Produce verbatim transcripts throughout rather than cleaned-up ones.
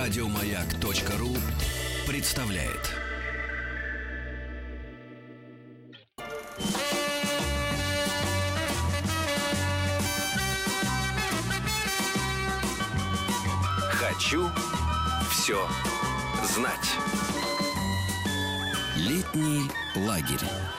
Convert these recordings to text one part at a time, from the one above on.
Радиомаяк.ру представляет. Хочу все знать. Летний лагерь.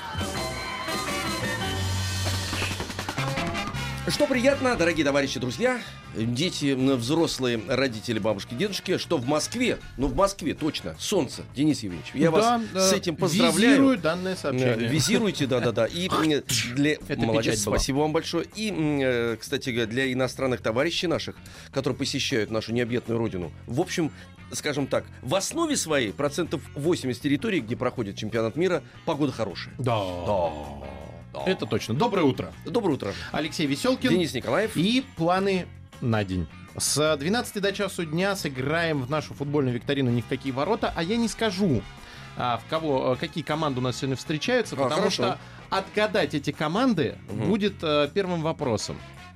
Что приятно, дорогие товарищи, друзья, дети, взрослые, родители, бабушки, дедушки, что в Москве, ну в Москве точно, солнце, Денис Евгеньевич, я да, вас да, с этим поздравляю. Визирую данное сообщение. Визируйте, да-да-да. И для... Молодец, спасибо вам большое. И, кстати, для иностранных товарищей наших, которые посещают нашу необъятную родину, в общем, скажем так, в основе своей процентов восемьдесят территорий, где проходит чемпионат мира, погода хорошая. Да. Да. Это точно. Доброе утро. Доброе утро. Алексей Веселкин. Денис Николаев. И планы на день. С двенадцати до часу дня сыграем в нашу футбольную викторину «Ни в какие ворота». А я не скажу, а, в кого, какие команды у нас сегодня встречаются, а, потому хорошо. что отгадать эти команды угу. будет а, первым вопросом.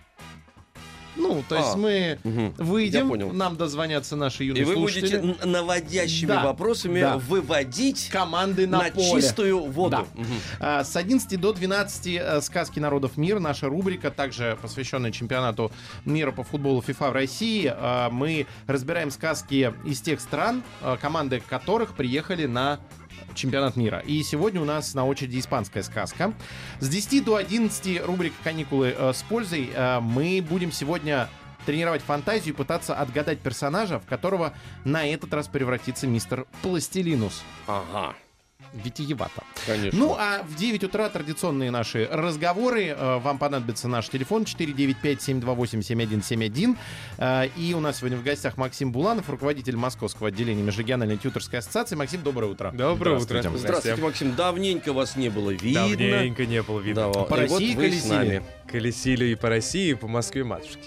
Ну, то есть а, мы угу. выйдем, нам дозвонятся наши юные и слушатели. И вы будете наводящими да, да. вопросами выводить команды на, на поле. Чистую воду. Да. Угу. А, с одиннадцати до двенадцати «Сказки народов мира», наша рубрика, также посвященная чемпионату мира по футболу FIFA в России. А, мы разбираем сказки из тех стран, а, команды которых приехали на чемпионат мира. И сегодня у нас на очереди испанская сказка. С десяти до одиннадцати рубрика «Каникулы э, с пользой». Э, мы будем сегодня тренировать фантазию и пытаться отгадать персонажа, в которого на этот раз превратится мистер Пластилинус. Ага. Витиевато. Конечно. Ну, а в девять утра традиционные наши разговоры. Э, вам понадобится наш телефон четыре девять пять семь два восемь семь один семь один. Э, и у нас сегодня в гостях Максим Буланов, руководитель Московского отделения Межрегиональной тьюторской ассоциации. Максим, доброе утро. Доброе утро. Здравствуйте. Здравствуйте, Максим. Давненько вас не было видно. Давненько не было видно. Да, по и России вот колесили. Колесили и по России, и по Москве матушки.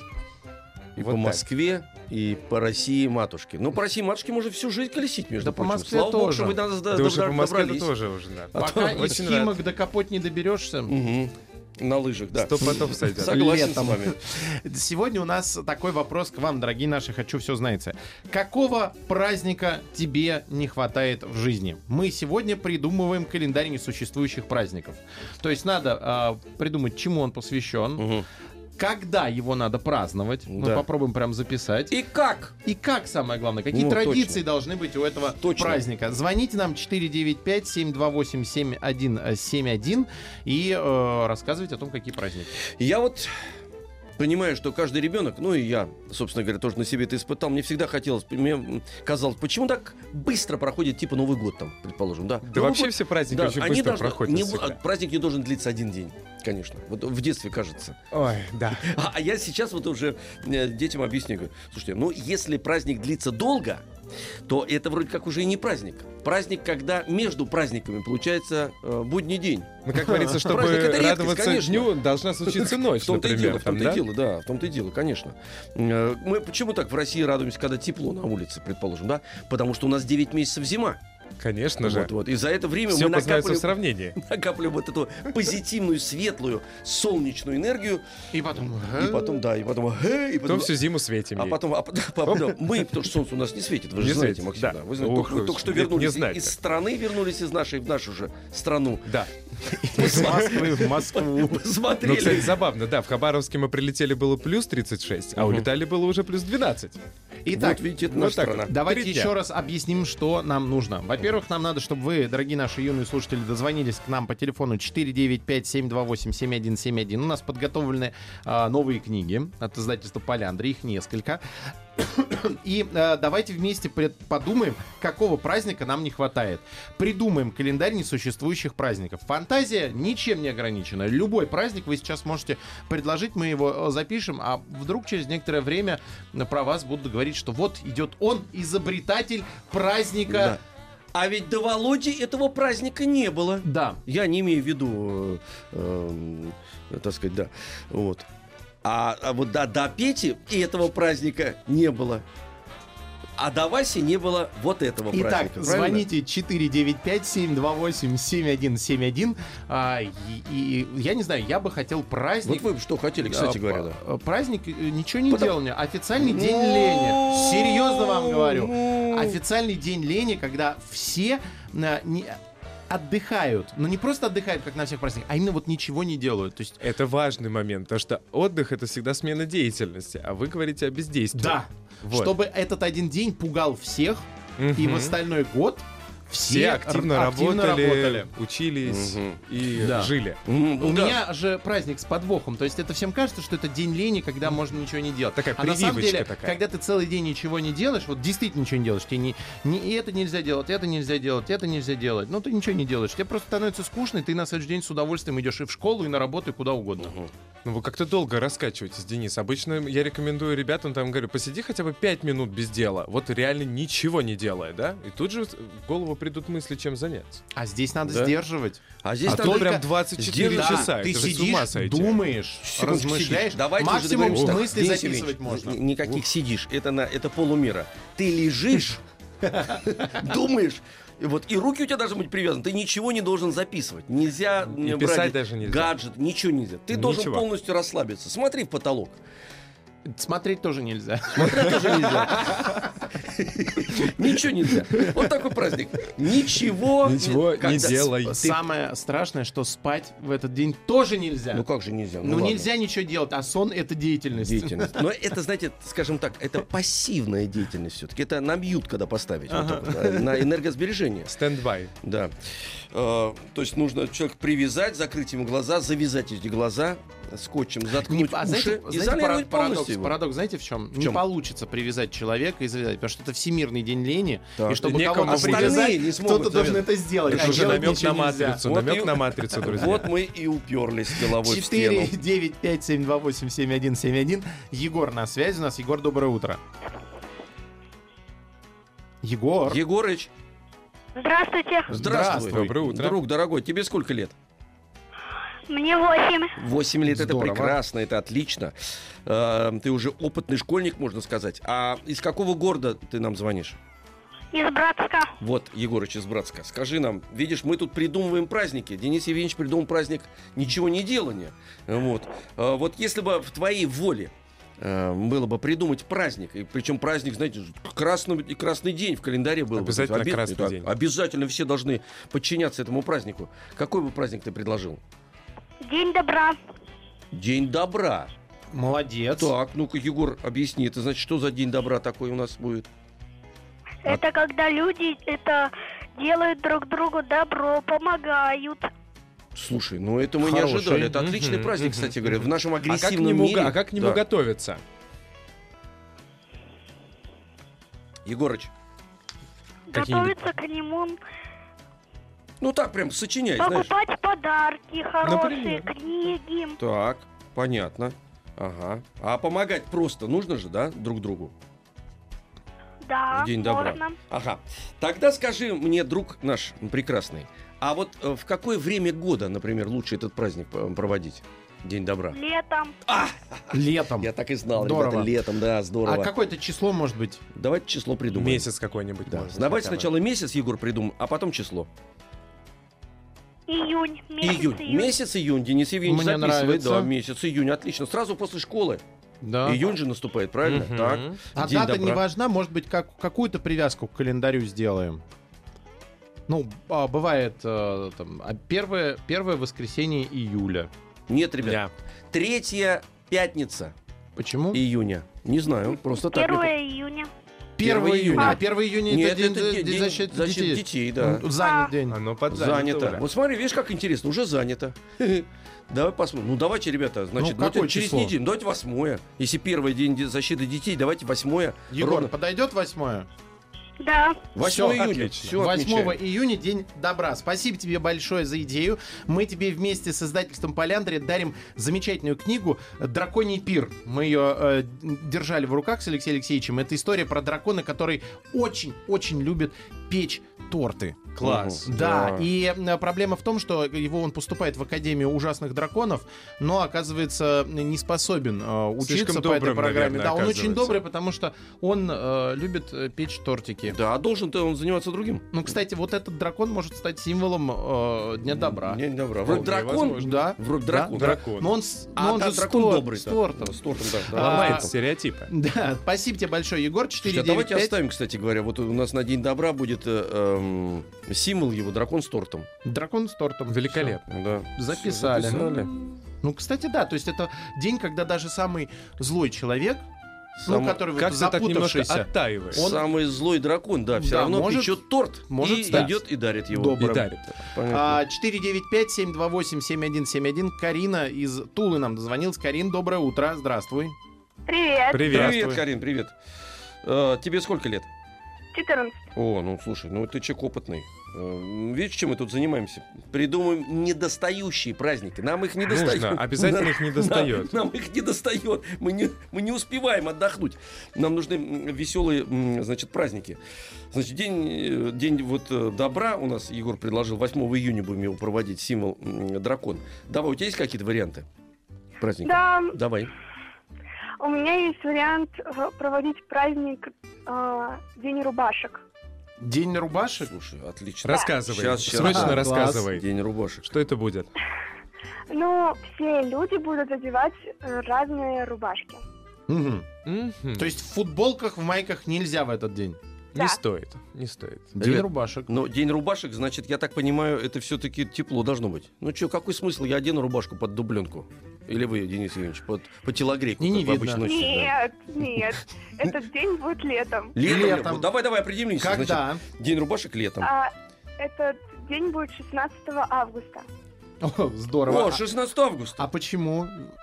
И вот по так. Москве, и по России матушке. Ну, по России матушке можно всю жизнь колесить, между да прочим. по Москве Слава тоже. богу, что вы до, до, да уже до, по Москве добрались. тоже уже, да. А Пока из Химок до Капот не доберешься. Угу. На лыжах, да. Сто потов сойдет. Согласен Летом. с вами. Сегодня у нас такой вопрос к вам, дорогие наши «Хочу все знаете». Какого праздника тебе не хватает в жизни? Мы сегодня придумываем календарь несуществующих праздников. То есть надо э, придумать, чему он посвящен, Угу. когда его надо праздновать. Мы Да. попробуем прям записать. И как? И как, самое главное, какие Ну, традиции точно. должны быть у этого Точно. праздника. Звоните нам четыре девять пять семь два восемь семь один семь один и э, рассказывайте о том, какие праздники. Я вот понимаю, что каждый ребенок, ну и я, собственно говоря, тоже на себе это испытал, мне всегда хотелось, мне казалось, почему так быстро проходит типа Новый год там, предположим, да? Да Новый вообще год, все праздники да, очень они быстро должны- проходят. не- всегда. праздник не должен длиться один день, конечно. Вот в детстве кажется. Ой, да. А, а я сейчас вот уже э, детям объясню, говорю, слушайте, ну если праздник длится долго, то это вроде как уже и не праздник. Праздник, когда между праздниками получается э, будний день. Ну, как говорится, чтобы Праздник — это редкость, радоваться конечно. дню, должна случиться ночь, В том-то и например. дело, в том-то там, и дело, да, в том-то и дело, конечно. Э, Мы почему так в России радуемся, когда тепло на улице, предположим, да? Потому что у нас девять месяцев зима. Конечно же. Вот, вот. И за это время Все мы познается в накапливаем, сравнении. накапливаем вот эту позитивную, светлую, солнечную энергию. И потом... И потом, да, и потом... э, И Потом всю зиму светим А ей. потом, а потом, а потом мы, потому что солнце у нас не светит, вы же Не знаете, светит, Максим, да. да. Вы знаете, Ух, только, только что ведь не вернулись знать-то. из страны, вернулись из нашей, в нашу же страну. Да. Из Москвы в Москву. Посмотрели. Ну, кстати, забавно, да, в Хабаровске мы прилетели, было плюс тридцать шесть, а Мгм. улетали было уже плюс двенадцать. Итак, вот видите, это вот наша так страна. вот. давайте Три еще дня. раз объясним, что нам нужно. Во-первых, нам надо, чтобы вы, дорогие наши юные слушатели, дозвонились к нам по телефону четыре девять пять семь два восемь семь один семь один. У нас подготовлены а, новые книги от издательства «Поляндры», их несколько. И э, давайте вместе пред- подумаем, какого праздника нам не хватает. Придумаем календарь несуществующих праздников. Фантазия ничем не ограничена. Любой праздник вы сейчас можете предложить, мы его э, запишем, а вдруг через некоторое время э, про вас будут говорить, что вот идет он, изобретатель праздника. Да. А ведь до Володи этого праздника не было. Да. Я не имею в виду, э, э, так сказать, да, вот. А, а вот до, до Пети и этого праздника не было. А до Васи не было вот этого Итак, праздника. Правильно? звоните четыре девять пять семь два восемь семь один семь один. А, и, и я не знаю, я бы хотел праздник. Вот вы что хотели, кстати а, говоря, да. Праздник э, ничего не Потому- делания. Официальный день Ну, лени. Серьезно вам говорю. ну. Официальный день лени, когда все а, не, отдыхают. Но не просто отдыхают, как на всех праздниках, а именно вот ничего не делают. То есть, Это важный момент, потому что отдых — это всегда смена деятельности, а вы говорите о бездействии. да, Вот. чтобы этот один день пугал всех, и Мгм. в остальной год все, Все активно, р- работали, работали. учились Мгм. и Да. жили. М, У да. меня же праздник с подвохом. То есть это всем кажется, что это день лени, когда можно ничего не делать. Такая а на самом прививочка деле, такая. когда ты целый день ничего не делаешь, вот действительно ничего не делаешь, тебе не, не и это нельзя делать, это нельзя делать, это нельзя делать. Ну, ты ничего не делаешь. Тебе просто становится скучно, и ты на следующий день с удовольствием идешь и в школу, и на работу, и куда угодно. Ну, вы как-то долго раскачиваетесь, Денис. Обычно я рекомендую ребятам, там, говорю, посиди хотя бы пять минут без дела. Вот реально ничего не делая, да? И тут же в голову придут мысли, чем заняться. А здесь надо Да. сдерживать. А здесь А надо тут Тут прям только двадцать четыре сделать- часа. Да, ты Это же с сидишь, ума сойти. думаешь, Секундочку, размышляешь. сидишь. Давайте уже Максимум договоримся так. мысли Денис записывать Евгеньевич, можно. н- Никаких сидишь. Это, на, это полумира. Ты лежишь, думаешь, и вот, и руки у тебя должны быть привязаны. Ты ничего не должен записывать. Нельзя И м, писать брать даже нельзя. гаджет, ничего нельзя. Ты должен Ничего. полностью расслабиться. Смотри в потолок. Смотреть тоже нельзя. Смотреть тоже нельзя. Ничего нельзя. Вот такой праздник. Ничего, Ничего не когда- делай. Ты- Самое страшное, что спать в этот день тоже нельзя. Ну как же нельзя? Ну, ладно. нельзя ничего делать, а сон — это деятельность. Деятельность. Но это, знаете, скажем так, это пассивная деятельность все-таки. Это на мьют, когда поставить. Вот так вот, да, на энергосбережение. Стендбай. Да. Э, то есть нужно человека привязать, закрыть ему глаза, завязать эти глаза скотчем, Не- заткнуть а уши знаете, и знаете, заолировать парад- полностью парадокс, его. парадокс, знаете, в чем? Не чем? получится привязать человека и завязать, потому что это всемирный день лени, Так. и чтобы Некому кого-то остальные привязать, не смогут кто-то должен завязать. это сделать. Это а уже делать намек ничего на нельзя. матрицу. Вот Намек и- на матрицу, друзья. Вот мы и уперлись головой в четыре стену. девять пять семь два восемь семь один семь один. Егор на связи у нас. Егор, доброе утро. Егор. Егорыч, Здравствуйте, здравствуй. Доброе утро. Друг дорогой, тебе сколько лет? мне восемь. Восемь лет, Здорово. это прекрасно, это отлично. Э, Ты уже опытный школьник, можно сказать. А из какого города ты нам звонишь? Из Братска. Вот, Егорыч из Братска, скажи нам, видишь, мы тут придумываем праздники. Денис Евгеньевич придумал праздник ничего не делания. Вот. А вот если бы в твоей воле э, было бы придумать праздник, и причем праздник, знаете, красный, и красный день в календаре был. бы. Обязательно Обе- красный да, день. Обязательно все должны подчиняться этому празднику. Какой бы праздник ты предложил? День добра. День добра. Молодец. Так, ну-ка, Егор, объясни, это значит, что за день добра такой у нас будет? Это когда люди это делают друг другу добро, помогают. Слушай, ну это мы Хороший. не ожидали. Это отличный Мгм, праздник, мгм, кстати говоря. В нашем А как, к агрессивном нему, мире... а как к нему Да. готовиться? Егорыч, Какие-нибудь- Готовиться к нему, ну так прям сочиняй, знаешь. покупать подарки хорошие, Например? книги. Так, понятно. Ага. А помогать просто нужно же, да, друг другу? Да, В день добра. можно. Ага. Тогда скажи мне, друг наш прекрасный, а вот э, в какое время года, например, лучше этот праздник э, проводить? День добра. Летом. Летом. Я так и знал, Здорово. ребята, летом, да, А здорово. какое-то число может быть? Давайте число придумаем. Месяц какой-нибудь. Да. может быть, Давайте хотя бы. сначала месяц, Егор, придумаем, а потом число. Июнь. Месяц июнь. июнь. Месяц июнь. Денис Евгеньевич Мне записывает. нравится. Да, месяц июнь. Отлично. Сразу после школы. Да. Июнь же наступает, правильно? Мгм. Так. А День дата добра. не важна, может быть, как, какую-то привязку к календарю сделаем. Ну, а, бывает э, там, а первое, первое воскресенье июля. Нет, ребят. Я. Третья пятница Почему? июня. Не знаю, просто так. первое июня. первое июня. А, А первое июня Нет, это день, это день день защиты защиты детей. детей, да. Ну, занят А. день. Оно под Занято. Вот смотри, видишь, как интересно, уже занято. Давай посмотрим. Ну, давайте, ребята, значит, Ну, вот какое это через число? неделю. Давайте восьмое. Если первый день де- защиты детей, давайте восьмое. Егор, Ровно. подойдет восьмое? Да. восьмое Всё, июня. отлично. Все восьмого июня день добра. Спасибо тебе большое за идею. Мы тебе вместе с издательством Поляндрия дарим замечательную книгу «Драконий пир». Мы ее э, держали в руках с Алексеем Алексеевичем. Это история про дракона, который очень-очень любит печь торты. Класс. Да, Да. и э, проблема в том, что его он поступает в Академию ужасных драконов, но оказывается не способен э, учиться Слишком по этой добрым, программе. наверное, Да, он очень оказывается. добрый, потому что он э, любит э, печь тортики. Да, а должен-то он заниматься другим. Ну, кстати, вот этот дракон может стать символом э, Дня добра. День добра. Вроде Вполне дракон. возможно. Да. Вроде Да, дракон. да. Дракон. Но он, с- А но он да, же дракон с, тор- добрый. с тортом. С тортом, да. да. А, Ломает Поэтому. стереотипы. Да, спасибо тебе большое, Егор. четыре Слушайте, а девять давайте пять. оставим, кстати говоря, вот у нас на День добра будет э, эм, символ его дракон с тортом. Дракон с тортом. Великолепно. Да. Записали. Всё записали. Ну, кстати, да, то есть это день, когда даже самый злой человек, ну, Сам- который вот Как-то так немножко запутавшийся, оттаивает. Он- Самый злой дракон, да, все Да, равно может- печет торт может и стать идет и дарит его. добрым. И дарит. Понятно. А, четыре девять пять семь два восемь семь один семь один. Карина из Тулы нам дозвонилась. Карин, доброе утро, здравствуй. Привет. Привет. Привет, Карин, привет. Э, тебе сколько лет? четырнадцать. О, ну слушай, ну ты человек опытный. Э, Видишь, чем мы тут занимаемся? Придумываем недостающие праздники. Нам их не достает. Нужно, обязательно их не достает. Нам, нам их не достает. Мы не, мы не успеваем отдохнуть. Нам нужны м, веселые, м, значит, праздники. Значит, день, э, день вот э, добра у нас, Егор предложил, восьмого июня будем его проводить, символ м, дракон. Давай, у тебя есть какие-то варианты праздника? Да, Давай. у меня есть вариант э, проводить праздник э, День рубашек. День рубашек? Слушай, отлично. Рассказывай. Щас, щас. Срочно Ага, рассказывай. День рубашек. Что это будет? Ну, все люди будут одевать э, разные рубашки. Мгм. Мгм. То есть в футболках, в майках нельзя в этот день? Не Да. стоит, не стоит. День Ребят, рубашек. Но день рубашек, значит, я так понимаю, это все-таки тепло должно быть. Ну что, какой смысл? Я одену рубашку под дубленку. Или вы, Денис Евгеньевич, под, под телогрейку, Не, не как вы видно. обычно носите, да. Нет, нет. Этот день будет летом. Летом. Летом. Вот давай, давай, определимся. Значит, Когда? день рубашек летом. А этот день будет шестнадцатого августа. О, здорово. О, шестнадцатого августа. А почему?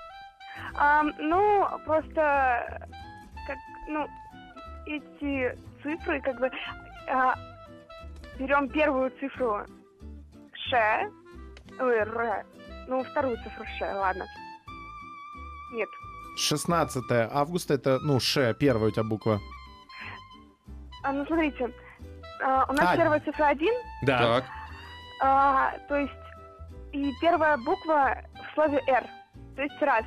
А, ну, просто, как, ну, эти цифры, как бы, а, берем первую цифру Ш, ой, Р, ну, вторую цифру Ш, ладно. Нет. шестнадцатого августа, это, ну, Ш, первая у тебя буква. А, ну, смотрите, а, у нас А. первая цифра один, Да. Так. а, то есть, и первая буква в слове Р, то есть раз.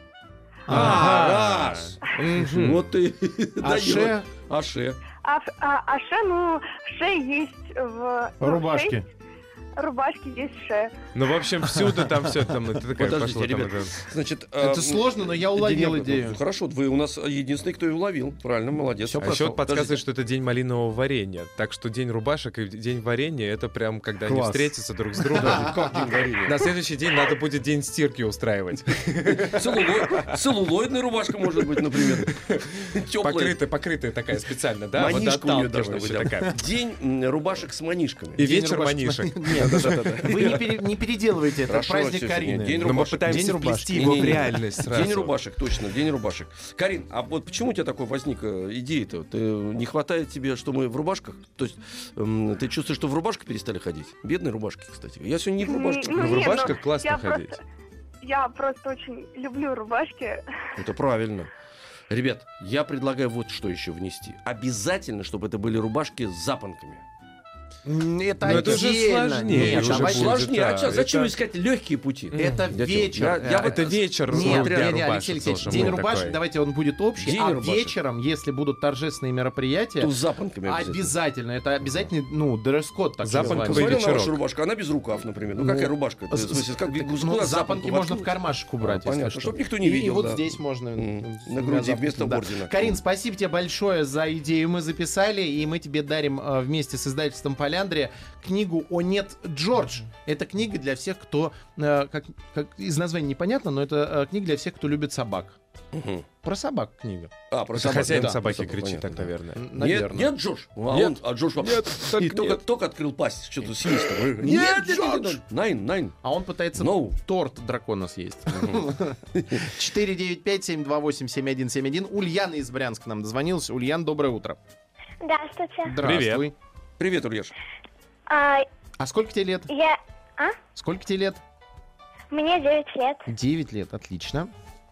А, раз. Мгм. Вот ты А даёшь. Ш? А Ше. А, в- а, а Ш, ну, Ш есть в... ну, Рубашки. Ш есть- рубашки есть Ш. Ну, в общем, всюду там все там, это такая Подождите, пошла там, ребят. это- Значит, Это а, сложно, но я уловил День- идею. Ну, хорошо, вы у нас единственный, кто и уловил. Правильно, молодец. Всё А еще прошел. подсказывает, что это день малинового варенья. Так что день рубашек и день варенья это прям когда они Класс. встретятся друг с другом. Как день варенья? На следующий день надо будет день стирки устраивать. Целлуло- Целлулоидная рубашка, может быть, например. Теплая. Покрытая, покрытая такая специально, да? Манишка у нее должна быть. водоотталкивающая да. такая. День м, рубашек с манишками. И День вечер рубашек. манишек. Нет, вы не, пере- не переделывайте, это Хорошо, праздник всё, Карины. день Но мы рубашек. пытаемся День вплести рубашки. его в Не-не-не. реальность сразу. День рубашек, точно, день рубашек. Карин, а вот почему у тебя такой возник э, идея-то? Ты, не хватает тебе, что мы в рубашках? То есть эм, ты чувствуешь, что в рубашках перестали ходить? Бедные рубашки, кстати. Я сегодня не в рубашке. Ну, Ну, в нет, рубашках ну, классно я ходить. просто- Я просто очень люблю рубашки. Это правильно. Ребят, я предлагаю вот что еще внести. Обязательно, чтобы это были рубашки с запонками. М, Это Но это уже отдельно. сложнее Нет, уже давайте- будет. Сложнее. А да, чё, зачем это- искать легкие пути? Это Я вечер. тебя- я- я Э, вот- Это вечер Нет, для нет, нет, рубашек Алексей Алексеевич, должен день быть рубашек, такой. давайте он будет общий, День а рубашек. вечером, если будут торжественные мероприятия, То с запонками обязательно. обязательно, это обязательно, ну, дресс-код так Запонковый называемый. Посмотрел на вечерок. вашу рубашку, она без рукав, например. Ну, Ну, какая рубашка? с- В смысле, как, так, куда ну, запонку запонки можно в воткнуть? кармашек убрать, А, понятно, если что. чтоб никто не И- И, видел, вот да. здесь можно... М, м, на груди запонки, вместо да. ордена. Карин, спасибо тебе большое за идею. Мы записали, и мы тебе дарим э, вместе с издательством «Поляндрия» книгу «О нет, Джордж». Это книга для всех, кто... э, как, как из названия непонятно, но это э, книга для всех, кто любит собак. Мгм. Про собак книга. А, про Это собак, хозяин да, собаки про собак, кричит понятно, так, да. наверное. Н- Нет, Наверное. нет, Джордж. А, Нет, он, а Джордж вообще- нет, и только только, нет. только открыл пасть, что-то свистом. Нет, Джордж! Найн, найн. А он пытается No. торт дракона съесть. четыре девять пять семь два восемь семь один семь один. Ульяна из Брянска нам дозвонилась. Ульян, доброе утро. Здравствуйте. Здравствуй. Привет, Ульяш. А, А сколько тебе лет? я... А? Сколько тебе лет? Мне девять лет. девять лет, отлично.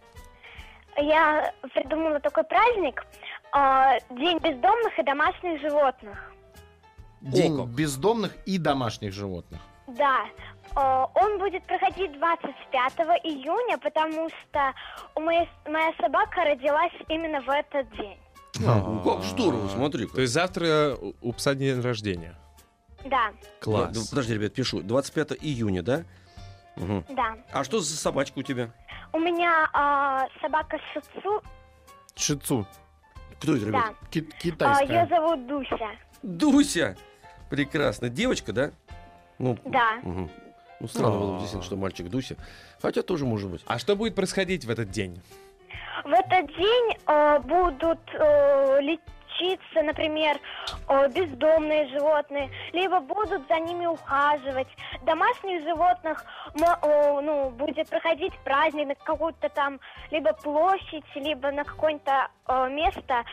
Я придумала такой праздник. а, День бездомных и домашних животных. День О, как. бездомных и домашних животных. Да. О, Он будет проходить двадцать пятого июня, потому что у моей, моя собака родилась именно в этот день. Ну, как здорово, смотри. То есть завтра у у пса день рождения. Да, Класс. Да, подожди, ребят, пишу. двадцать пятого июня, да? Угу. да. А что за собачка у тебя? У меня а, собака Шицу, Шицу. Кто это, ребят? да. Ки- А, ее китайская. зовут Дуся. Дуся! Прекрасно. Девочка, да? Ну, Да. мгм. Ну, странно было бы, А. действительно, что мальчик Дуся. Хотя тоже может быть. А что будет происходить в этот день? В этот день э, будут э, лечиться, например, э, бездомные животные, либо будут за ними ухаживать. Домашних животных мо- э, ну, будет проходить праздник на какую-то там либо площадь, либо на какое-то э, место.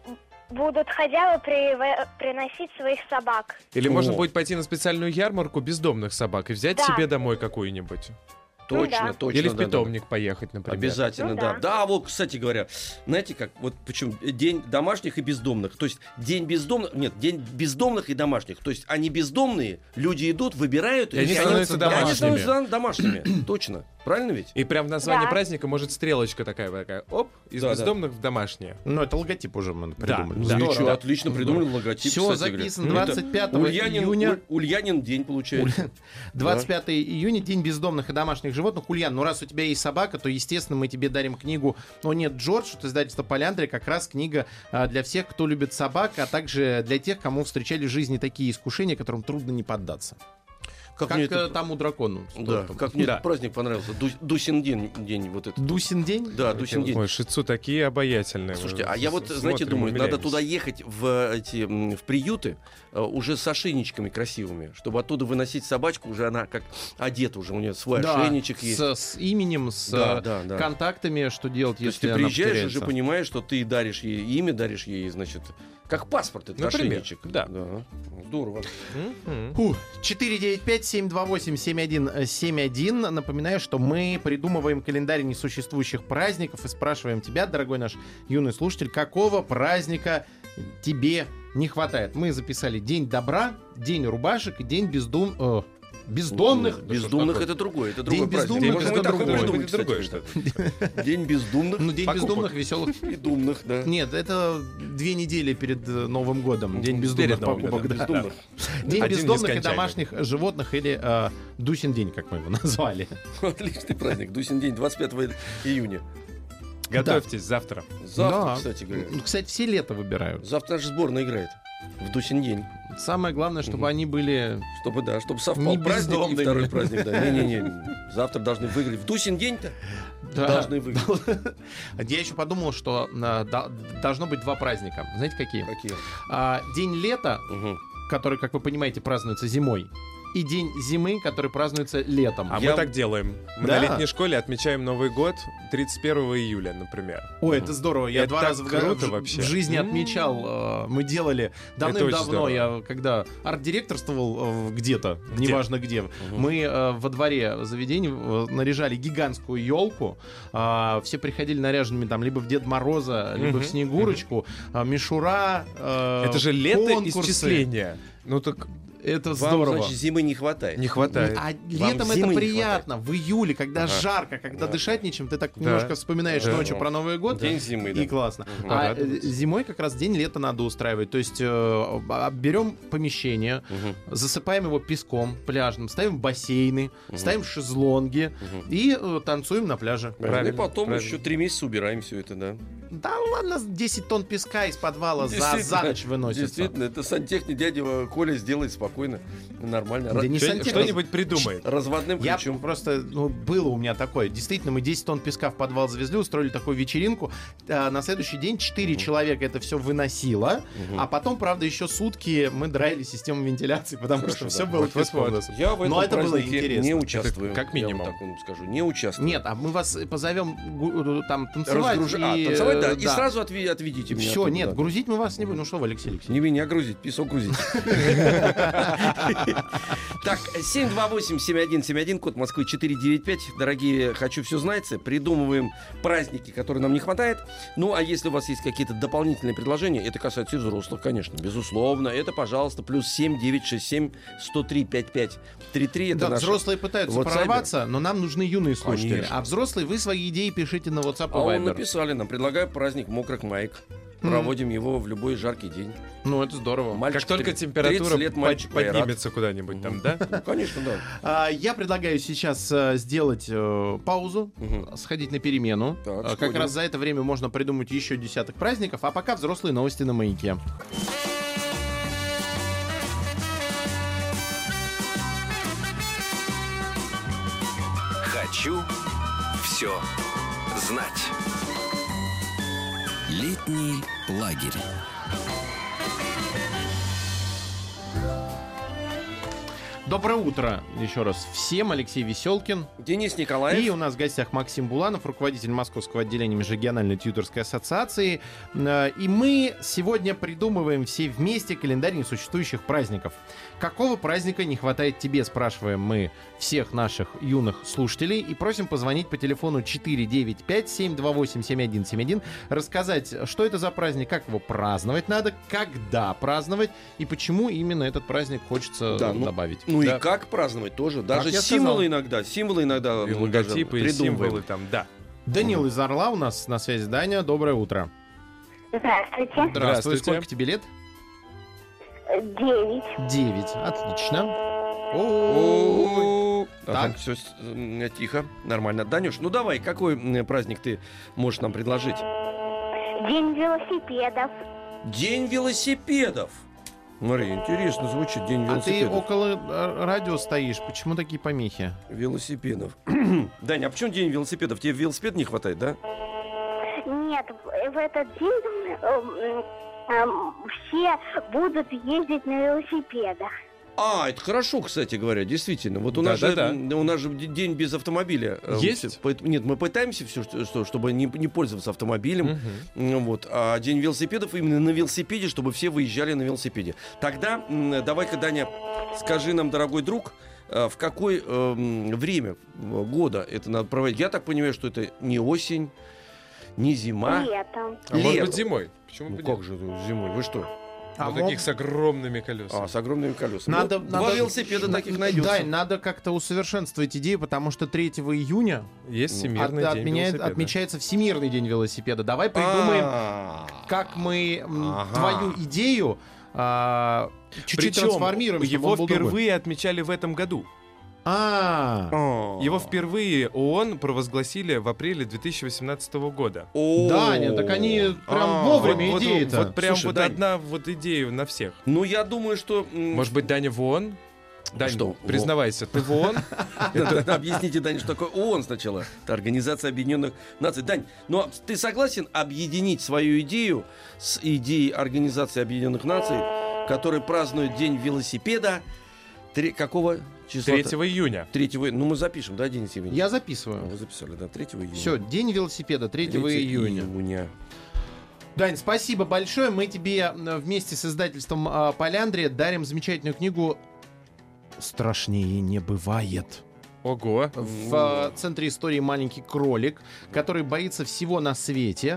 Будут хозяева при- приносить своих собак. Или О. можно будет пойти на специальную ярмарку бездомных собак и взять Да. себе домой какую-нибудь? Точно, да. точно. Или в да, да, да. питомник поехать, например. Обязательно, Ну да. да. Да, вот, кстати говоря, знаете как, вот почему день домашних и бездомных. То есть день бездомных, нет, день бездомных и домашних. То есть они бездомные, люди идут, выбирают, И они становятся становятся да, они домашними. становятся домашними. Точно. Правильно ведь? И прям в названии Да. праздника может стрелочка такая, такая, оп, из Да, да. бездомных в домашние. Ну, это логотип уже мы придумали. да. Ну и Здорово. что, отлично придумали логотип. Все кстати говоря. записано. Это двадцать пятого Ульянин, июня. Уль- Ульянин день получается. двадцать пятого июня, День бездомных и домашних животных. Ульян, ну раз у тебя есть собака, то, естественно, мы тебе дарим книгу «Но нет, Джордж» от издательства «Поляндрия». Как раз книга а, для всех, кто любит собак, а также для тех, кому встречали в жизни такие искушения, которым трудно не поддаться. Как, Как мне э, это- тому дракону. с Да, тортом. как мне Да. этот праздник понравился. Ду- Дусин день, день вот этот. Дусин день? Да, Дусин день. Ой, шицу такие обаятельные. Слушайте, Мы а я с- вот, смотрим, знаете, думаю, надо умиляемся. туда ехать в эти м, в приюты э, уже с ошейничками красивыми, чтобы оттуда выносить собачку, уже она как одета, уже у нее свой Да, ошейничек есть. с, с именем, с Да, э, да, да. контактами, что делать, То есть если ты она приезжаешь, потеряется. уже понимаешь, что ты даришь ей имя, даришь ей, значит, как паспорт, это Например, ошейничек. да. Здорово. Мгм. Фу. четыре девять пять семь два восемь семь один семь один. Напоминаю, что мы придумываем календарь несуществующих праздников и спрашиваем тебя, дорогой наш юный слушатель, какого праздника тебе не хватает. Мы записали День добра, День рубашек и День бездум... э, бездомных. Бездумных это другое, это другой День праздник. бездумных Можно это и такой другое. придумать, Это кстати, другое что-то. День бездумных. Ну, День покупок. бездумных, веселых. И думных, да. Нет, это две недели перед э, Новым годом. День Перед бездумных Новым покупок. годом, да. бездумных. День Один бездомных и нескончаемый. домашних животных или э, Дусин день, как мы его назвали. Отличный праздник. Дусин день, двадцать пятого июня. Готовьтесь завтра. Завтра, Да. кстати говоря. Ну, кстати, все лето выбирают. Завтра наша сборная играет. В Дусин день. Самое главное, чтобы Мгм. они были... Чтобы, да, чтобы совпал Не праздник и бездомными. второй праздник. Да. Не-не-не. Завтра должны выиграть. В Дусин день-то Да. должны выиграть. Я еще подумал, что э, да- должно быть два праздника. Знаете, какие? Какие? А, день лета, Мгм. который, как вы понимаете, празднуется зимой, и день зимы, который празднуется летом. А Я- мы так делаем. Мы Да. на летней школе отмечаем Новый год тридцать первого июля, например. Ой, это здорово. Я Это два так раза в, го- круто в- вообще. в жизни М. отмечал. э, Мы делали давным-давно, здорово. я когда арт-директорствовал э, где-то, Где? неважно где, мы э, во дворе заведения э, наряжали гигантскую елку. а, Все приходили наряженными там либо в Дед Мороза, либо в Мгм, Снегурочку. а, Мишура, э, Это же лето конкурсы. исчисления. Ну так Это Вам, здорово. значит, зимы не хватает. не хватает. А Вам летом зимы это не приятно. В июле, когда Ага. жарко, когда Да. дышать нечем, ты так Да. немножко вспоминаешь Да. ночью про Новый год. День зимы, И да. классно. Мгм. А э, Порадоваться. зимой как раз день лета надо устраивать. То есть э, а, берем помещение, Мгм. засыпаем его песком пляжным, ставим бассейны, Мгм. ставим шезлонги Мгм. и э, танцуем на пляже. Правильно. И потом правильно. еще три месяца убираем все это, да. Да ладно, десять тонн песка из подвала за, Действительно, за ночь выносится. Действительно, это сантехник дядя Коля сделает спокойно, нормально. Да не Что- сантехник. Что-нибудь придумает. Разводным Я ключом. просто, ну, было у меня такое. Действительно, мы десять тонн песка в подвал завезли, устроили такую вечеринку. А, на следующий день четыре человека это все выносило. Мгм. А потом, правда, еще сутки мы драили систему вентиляции, потому Хорошо, что да. все было Вот, вот, песком. вот. у нас. Я в этом Но это было празднике интересно. не участвую. Это как Я минимум. вам так вам скажу, не участвую. Нет, а мы вас позовем гу- там танцевать. Разгруж- и, А, танцевать, э, да. И сразу отве- отведите меня. Все, оттуда, нет, да. грузить мы вас не будем. Ну что вы, Алексей Алексеевич? Не меня грузить, песок грузить. Так, семь два восемь семь один семь один, код Москвы четыре девять пять. Дорогие «Хочу все знать», придумываем праздники, которые нам не хватает. Ну, а если у вас есть какие-то дополнительные предложения, это касается и взрослых, конечно, безусловно. Это, пожалуйста, плюс семь девять шесть семь сто три пятьдесят пять тридцать три. Это Да, наш взрослые пытаются WhatsApp. прорваться, но нам нужны юные слушатели. Конечно. А взрослые, вы свои идеи пишите на WhatsApp А и он Viber. написали нам, предлагаю праздник мокрых маек. Проводим его в любой жаркий день. Ну, это здорово. Мальчик Как только тридцать температура лет, под- мальчик Айрат. поднимется куда-нибудь там, да? Ну, конечно, да. А, я предлагаю сейчас э, сделать э, паузу, Мгм. сходить на перемену. Так, А, как сходим. раз за это время можно придумать еще десяток праздников, а пока взрослые новости на «Маяке». Хочу все знать. Летний лагерь. Доброе утро еще раз всем. Алексей Веселкин. Денис Николаев. И у нас в гостях Максим Буланов, руководитель Московского отделения Межрегиональной тьюторской ассоциации. Э, И мы сегодня придумываем все вместе календарь несуществующих праздников. Какого праздника не хватает тебе, спрашиваем мы всех наших юных слушателей. И просим позвонить по телефону четыре девять пять семь два восемь семь один семь один, рассказать, что это за праздник, как его праздновать надо, когда праздновать и почему именно этот праздник хочется Да, ну, добавить. Ну Да. и как праздновать тоже. Даже я символы сказал. иногда. Символы иногда. И мы даже логотипы, и придумываем. символы там, да. Данил из Орла у нас на связи. Даня, доброе утро. Здравствуйте. Здравствуй. Здравствуйте. Сколько тебе лет? Девять. Девять. Отлично. О, О, Так. все тихо, нормально. Данюш, ну давай, какой м, праздник ты можешь нам предложить? День велосипедов. День велосипедов. Смотри, интересно звучит День А ты велосипедов. около э, радио стоишь. Почему такие помехи? Велосипедов. Даня, а почему День велосипедов? Тебе велосипед не хватает, да? Нет, в, в этот день эм, эм, все будут ездить на велосипедах. А, это хорошо, кстати говоря, действительно. Вот у нас же Да-да-да. м, у нас же д- день без автомобиля. э, Есть? всё. Поэт- Нет, мы пытаемся все, что, что- чтобы не, не пользоваться автомобилем. Ну Вот. А день велосипедов именно на велосипеде, чтобы все выезжали на велосипеде. Тогда м, давай-ка, Даня, скажи нам, дорогой друг, э, в какое э, м, время э, года это надо проводить? Я так понимаю, что это не осень, не зима. Летом. А может Лето. быть зимой? Почему Ну бы как нет? же зимой? Вы что? А Вот мог- таких с огромными колесами. А, с огромными колесами. Надо, Ну, Два надо- велосипеда на- таких найдется. Дань, надо как-то усовершенствовать идею, потому что третьего июня Есть Всемирный от- день отменяет- велосипеда. отмечается Всемирный день велосипеда. Давай придумаем, А, как мы м, Ага. твою идею а, чуть-чуть Причем трансформируем. чтобы его он был другой. впервые отмечали в этом году. А, а. Его впервые ООН провозгласили в апреле две тысячи восемнадцатого года. О. Даня, так они прям А, вовремя вот, идеи-то. вот, вот прям Слушай, вот Дань. одна вот идея на всех. Ну, я думаю, что... м, Может быть, Даня в ООН? Дань, Что? признавайся, ты в ООН? надо- Объясните, Дань, что такое ООН сначала. Это Организация Объединенных Наций. Дань, но ты согласен объединить свою идею с идеей Организации Объединенных Наций, которая празднует День велосипеда три- какого числа? третьего июня. Третьего. Ну, мы запишем, да, Денис Евгеньевич? Я А, записываю. Вы записали, да, третьего июня. Все, день велосипеда, третьего третьего июня. июня. Дань, спасибо большое. Мы тебе э, вместе с издательством э, Поляндрия дарим замечательную книгу «Страшнее не бывает». Ого. В э, центре истории маленький кролик, который боится всего на свете,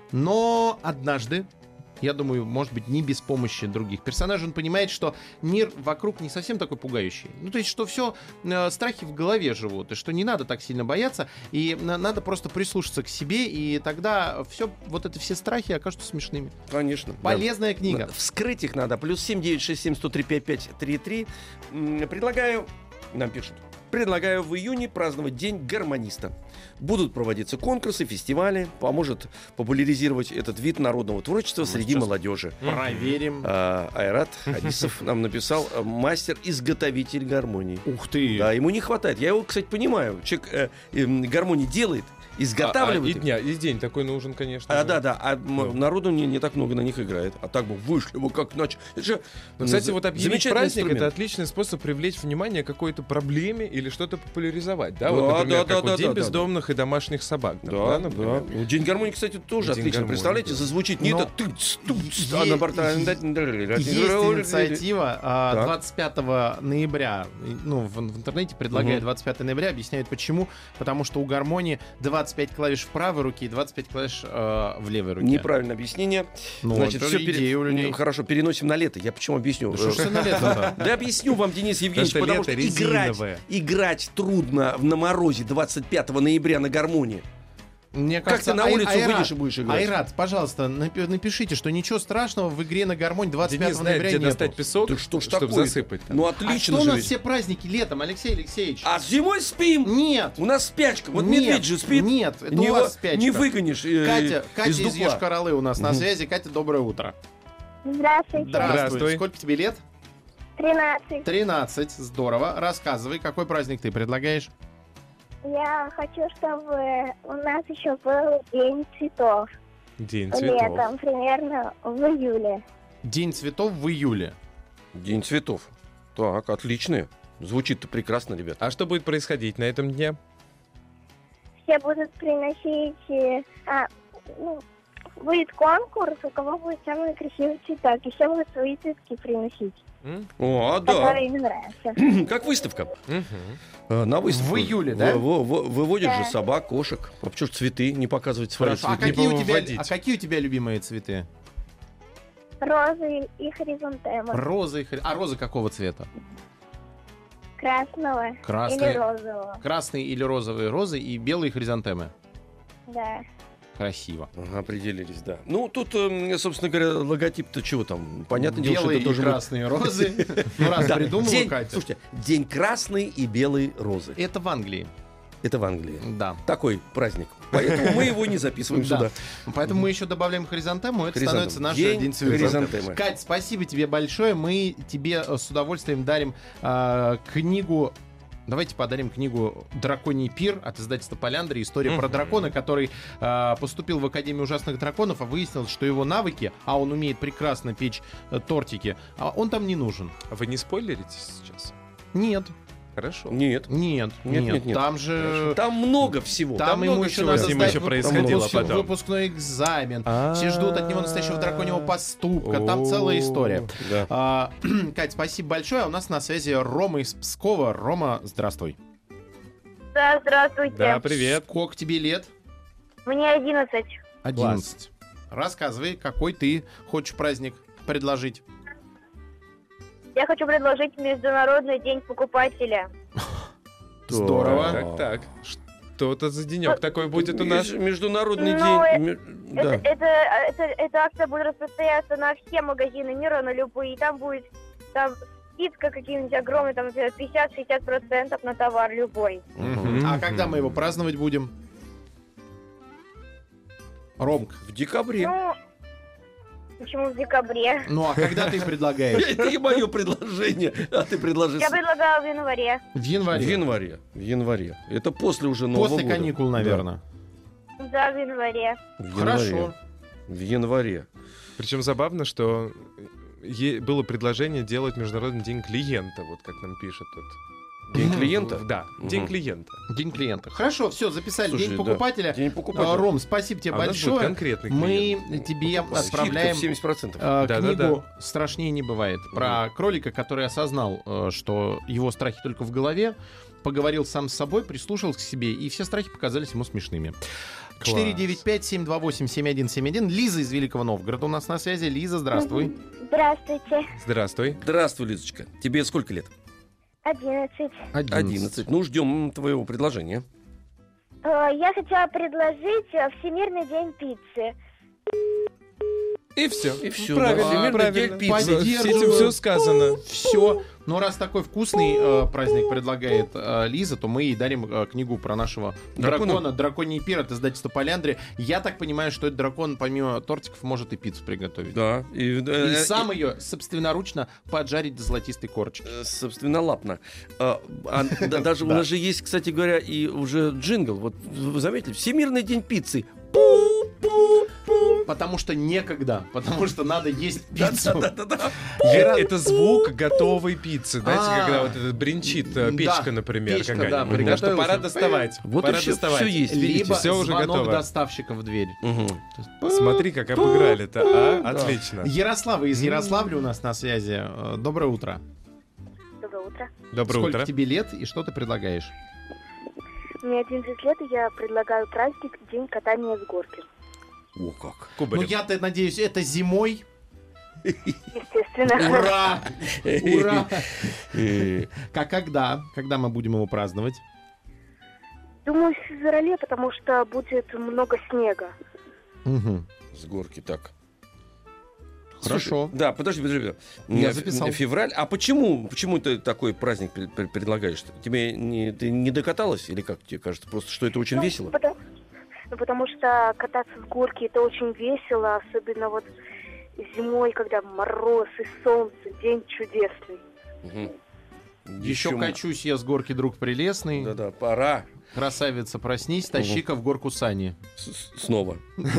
но однажды, я думаю, может быть, не без помощи других персонажей, он понимает, что мир вокруг не совсем такой пугающий. Ну, то есть, что все э, страхи в голове живут, и что не надо так сильно бояться, и на- надо просто прислушаться к себе, и тогда все, вот это все страхи окажутся смешными. Конечно. да. Полезная книга. Надо- Вскрыть их надо. Плюс семь девять шесть семь сто три пять пять три три. М, Предлагаю, нам пишут, предлагаю в июне праздновать День гармониста. Будут проводиться конкурсы, фестивали. Поможет популяризировать этот вид народного творчества среди сейчас молодежи. Проверим. А, Айрат Хадисов нам написал, э, мастер-изготовитель гармонии. Ух ты! Да, ему не хватает. Я его, кстати, понимаю. Человек э, э, гармонии делает, А, изготавливает. и их. дня, и день такой нужен, конечно. А, же. да, да, а м, народу не, не так много на них играет. А так бы вышли бы как иначе. Это же, Ну, кстати, за- вот объявить замечательный праздник — это инструмент. отличный способ привлечь внимание к какой-то проблеме или что-то популяризовать. Да, Да, вот, например, да, как да, вот да, День да, да. бездомных бездомных и домашних собак. там, Да, да. например? Ну, День гармонии, кстати, тоже День отлично. гармонии, Представляете, да. зазвучит не Но это тыц, тыц, а Е- на борта... Есть инициатива а, Так. двадцать пятого ноября. Ну, в, в интернете предлагают Мгм. двадцать пятого ноября, объясняют почему. Потому что у гармонии двадцать пять клавиш в правой руке и двадцать пять клавиш э, в левой руке. Неправильное объяснение. Ну, Значит, это все же идея у людей. Хорошо, переносим на лето. Я почему объясню? Да что ж ты на лето-то? Да объясню вам, Денис Евгеньевич, Потому потому что что лето играть, резиновое. играть трудно на морозе двадцать пятого ноября на гармонии. Мне Как кажется, ты на Ай- улицу Айрат, выйдешь и будешь играть? Айрат, пожалуйста, напи- напишите, что ничего страшного в игре на гармонь двадцать Денис пятого знает, ноября где нету. достать песок, Да что ж чтобы такое-то? засыпать. там. Ну А отлично что у же нас ведь. все праздники летом, Алексей Алексеевич? А зимой спим. Нет. У нас спячка. Вот Нет, медведь же спит. нет, это не у вас во- спячка. Не выгонишь э, Катя, Катя из из дупла. Йошкар-Олы у нас на Мгм. связи. Катя, доброе утро. Здравствуйте. Здравствуй. Сколько тебе лет? тринадцать. тринадцать. Здорово. Рассказывай, какой праздник ты предлагаешь? Я хочу, чтобы у нас еще был День цветов. День цветов. Летом, примерно в июле. День цветов в июле. День цветов. Так, отлично. Звучит-то прекрасно, ребят. А что будет происходить на этом дне? Все будут приносить... э, а, ну, будет конкурс, у кого будет самый красивый цветок. И все будут свои цветки приносить, М? О, а да. которые им нравятся. Как выставка. Мгм. Э, На выставку. В июле, да? Во- во- во- Выводят Да. же собак, кошек. А почему ж цветы не показывать свои Хорошо. А цветы? какие, у Либо тебя, выводить. а какие у тебя любимые цветы? Розы и хризантемы. Розы. и хри- А розы какого цвета? Красного или Красные. розового. Красные или розовые розы и белые хризантемы. Да. Красиво. Ага, определились, да. Ну, тут, эм, собственно говоря, логотип-то чего там? Понятное дело, что Белые это и тоже будет- красные розы. Ну, раз Да. придумала День- Катя. Слушайте, день красной и белой розы. Это в Англии. Это в Англии. Да. Такой праздник. Поэтому мы его не записываем Да. сюда. Поэтому мы еще добавляем хризантему, это Хризантему. становится наш День день цветов. хризантемы. Кать, спасибо тебе большое. Мы тебе э, с удовольствием дарим э, книгу. Давайте подарим книгу «Драконий пир» от издательства «Поляндрия». История про дракона, который э, поступил в Академию ужасных драконов, а выяснилось, что его навыки, а он умеет прекрасно печь э, тортики, а он там не нужен. А вы не спойлерите сейчас? Нет, Хорошо. Нет. нет, Нет, нет. нет, нет. Там же... Там много всего. Там, ему много еще всего. надо С ним сдать еще выпуск- происходило выпуск- потом. выпускной экзамен. А. Все ждут от него настоящего драконьего поступка. Там целая история. Да. А, Кать, спасибо большое. А у нас на связи Рома из Пскова. Рома, здравствуй. Да, здравствуйте. Да, привет. Сколько тебе лет? Мне одиннадцать. одиннадцать. Рассказывай, какой ты хочешь праздник предложить? Я хочу предложить Международный день покупателя. Здорово. Так, так. Что-то за денек такой будет у нас. Меж- Международный Ну, день. э- Ме- Это, Да. это, это, эта акция будет распространяться на все магазины мира, на любые. И там будет там скидка какие-нибудь огромные, там пятьдесят-шестьдесят процентов на товар любой. Мгм. А когда мы его праздновать будем? Ромка. В декабре. Ну, почему в декабре? Ну, а когда ты предлагаешь? Это не мое предложение, а ты предложи. Я предлагала в январе. В В январе. январе. В январе. Это после уже Нового После года. каникул, наверное. Да, в январе. Да, в январе. Хорошо. В январе. Причем забавно, что е- было предложение делать Международный день клиента, вот как нам пишет тут. День Мгм. клиента? Да, Мгм. день клиента. День клиента. Хорошо, все, записали. Слушай, День да. покупателя. День А, покупателя. Ром, спасибо тебе А у нас будет большое. конкретный Мы клиент. тебе Скидка отправляем в семьдесят процентов. э, Да-да-да. книгу «Страшнее не бывает». Про кролика, который осознал, э, что его страхи только в голове, поговорил сам с собой, прислушался к себе, и все страхи показались ему смешными. четыре девять пять семь два восемь семь один семь один. Лиза из Великого Новгорода у нас на связи. Лиза, здравствуй. Здравствуйте. Здравствуй. Здравствуй, Лизочка. Тебе сколько лет? Одиннадцать. Одиннадцать. Ну, ждем твоего предложения. Э, Я хотела предложить э, Всемирный день пиццы. И все. И всё, Правильно, да. Всемирный правильно. день пиццы. С этим все сказано. Все. Ну, раз такой вкусный э, праздник предлагает э, Лиза, то мы ей дарим э, книгу про нашего Дракона? дракона. «Драконий пир» от издательства «Поляндрия». Я так понимаю, что этот дракон, помимо тортиков, может и пиццу приготовить. Да. И, э, И э, сам ее собственноручно поджарить до золотистой корочки. э, собственно, лапно. А, а, да, даже у нас же есть, кстати говоря, и уже джингл. Вот вы заметили? Всемирный день пиццы. Пу-пу-пу. Потому что некогда, потому что надо есть пиццу. Да-да-да. Это, это звук готовой пиццы, знаете, А. когда вот этот бренчит э, печка, Да, например, печка, какая-нибудь. да, Да, что приготовился. пора доставать. Вот и пора всё- доставать. всё есть. видите, Либо всё уже звонок готово. доставщика в дверь. Мгм. Смотри, как обыграли-то, а? Отлично. Ярослава из Ярославля у нас на связи. Э, Доброе утро. Доброе утро. Доброе Сколько утро. тебе лет и что ты предлагаешь? Мне одиннадцать лет, и я предлагаю праздник День катания с горки. О, как. Ну, Кубарев. я-то надеюсь, это зимой. Естественно. Ура! Ура! Э, Как когда? Когда мы будем его праздновать? Думаю, в феврале, потому что будет много снега. Мгм. С горки так. Хорошо. Слушай, да, подожди, подожди. Я Э, записал. Февраль. А почему, почему ты такой праздник пред- пред- предлагаешь? Тебе не, ты не докаталась? Или как тебе кажется? Просто что это очень Ну, весело? Потому, ну, потому что кататься с горки это очень весело, особенно вот зимой, когда мороз и солнце, день чудесный. Мгм. Еще м- качусь я с горки, друг прелестный. Да-да, пора. Красавица, проснись, тащи-ка в горку сани. С- с- Снова.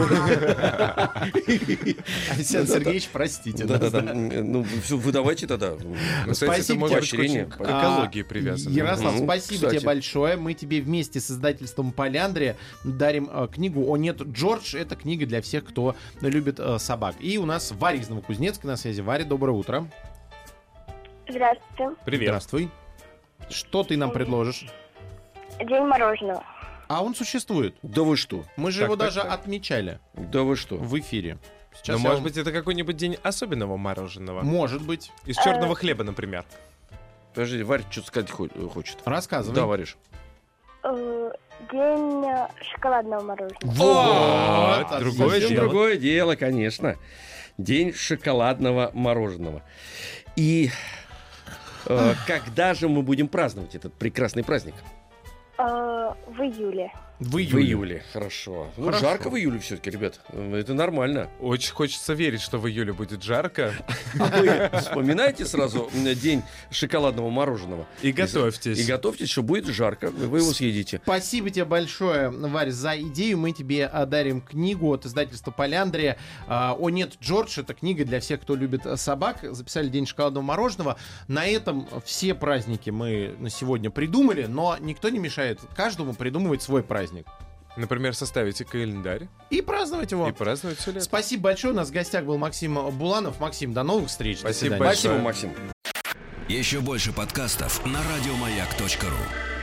Александр Сергеевич, простите. нас, Да-да-да. да. Ну, всё, вы давайте тогда. Кстати, это Спасибо может тебе. быть Поощрение. очень к экологии привязано. А, Ярослав, Мгм. спасибо Кстати. тебе большое. Мы тебе вместе с издательством «Поляндрия» дарим э, книгу «О нет, Джордж». Это книга для всех, кто любит э, собак. И у нас Варя из Новокузнецка на связи. Варя, доброе утро. Здравствуйте. Привет. Здравствуй. Что ты нам предложишь? День мороженого. А он существует. Да вы что? Мы же Так, его так, даже так. отмечали Да вы что? в эфире. Сейчас Но, я может вам- быть, это какой-нибудь день особенного мороженого? Может быть. Из черного хлеба, например. Подожди, Варя что-то сказать хо- хочет. Рассказывай. Да, Вариш. Э, День э, шоколадного мороженого. Вот, Вот, другое Совсем дело. другое дело, конечно. День шоколадного мороженого. И э, когда же мы будем праздновать этот прекрасный праздник? Э, В июле. В В июле. июле. Хорошо. Ну, Хорошо. жарко в июле все-таки, ребят. Это нормально. Очень хочется верить, что в июле будет жарко. А вы вспоминайте сразу м, день шоколадного мороженого. И готовьтесь. И готовьтесь, что будет жарко. Вы его съедите. Спасибо тебе большое, Варя, за идею. Мы тебе а, дарим книгу от издательства «Поляндрия». А, «О нет, Джордж» — это книга для всех, кто любит а, собак. Записали День шоколадного мороженого. На этом все праздники мы на сегодня придумали, но никто не мешает каждому придумывать свой праздник. Например, составите календарь И праздновать его. и праздновать все лето. Спасибо большое. У нас в гостях был Максим Буланов. Максим, до новых встреч. До Спасибо свидания. Спасибо, большое. Максим. Еще больше подкастов на радиомаяк точка ру.